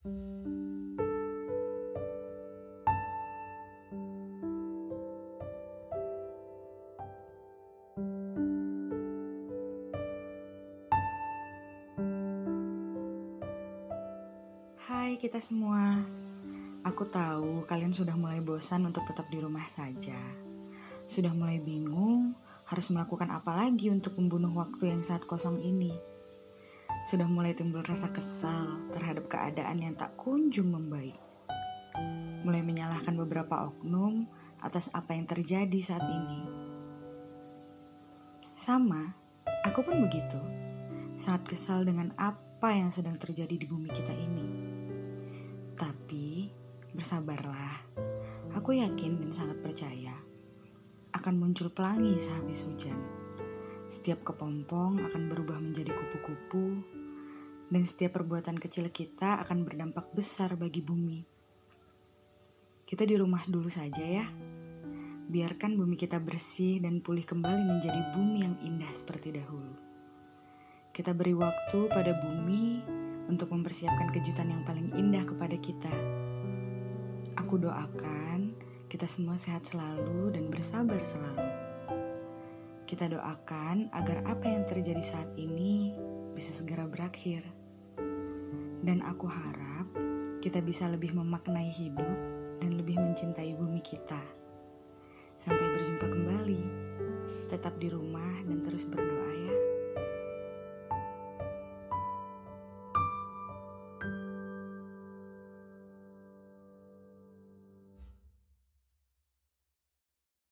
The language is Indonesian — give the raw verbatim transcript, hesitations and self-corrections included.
Hai kita semua, aku tahu kalian sudah mulai bosan untuk tetap di rumah saja. Sudah mulai bingung harus melakukan apa lagi untuk membunuh waktu yang saat kosong ini. Sudah mulai timbul rasa kesal terhadap keadaan yang tak kunjung membaik. Mulai menyalahkan beberapa oknum atas apa yang terjadi saat ini. Sama, aku pun begitu. Sangat kesal dengan apa yang sedang terjadi di bumi kita ini. Tapi, bersabarlah. Aku yakin dan sangat percaya akan muncul pelangi sehabis hujan. Setiap kepompong akan berubah menjadi kupu-kupu, dan setiap perbuatan kecil kita akan berdampak besar bagi bumi. Kita di rumah dulu saja ya. Biarkan bumi kita bersih dan pulih kembali menjadi bumi yang indah seperti dahulu. Kita beri waktu pada bumi untuk mempersiapkan kejutan yang paling indah kepada kita. Aku doakan kita semua sehat selalu dan bersabar selalu. Kita doakan agar apa yang terjadi saat ini bisa segera berakhir. Dan aku harap kita bisa lebih memaknai hidup dan lebih mencintai bumi kita. Sampai berjumpa kembali. Tetap di rumah dan terus berdoa ya.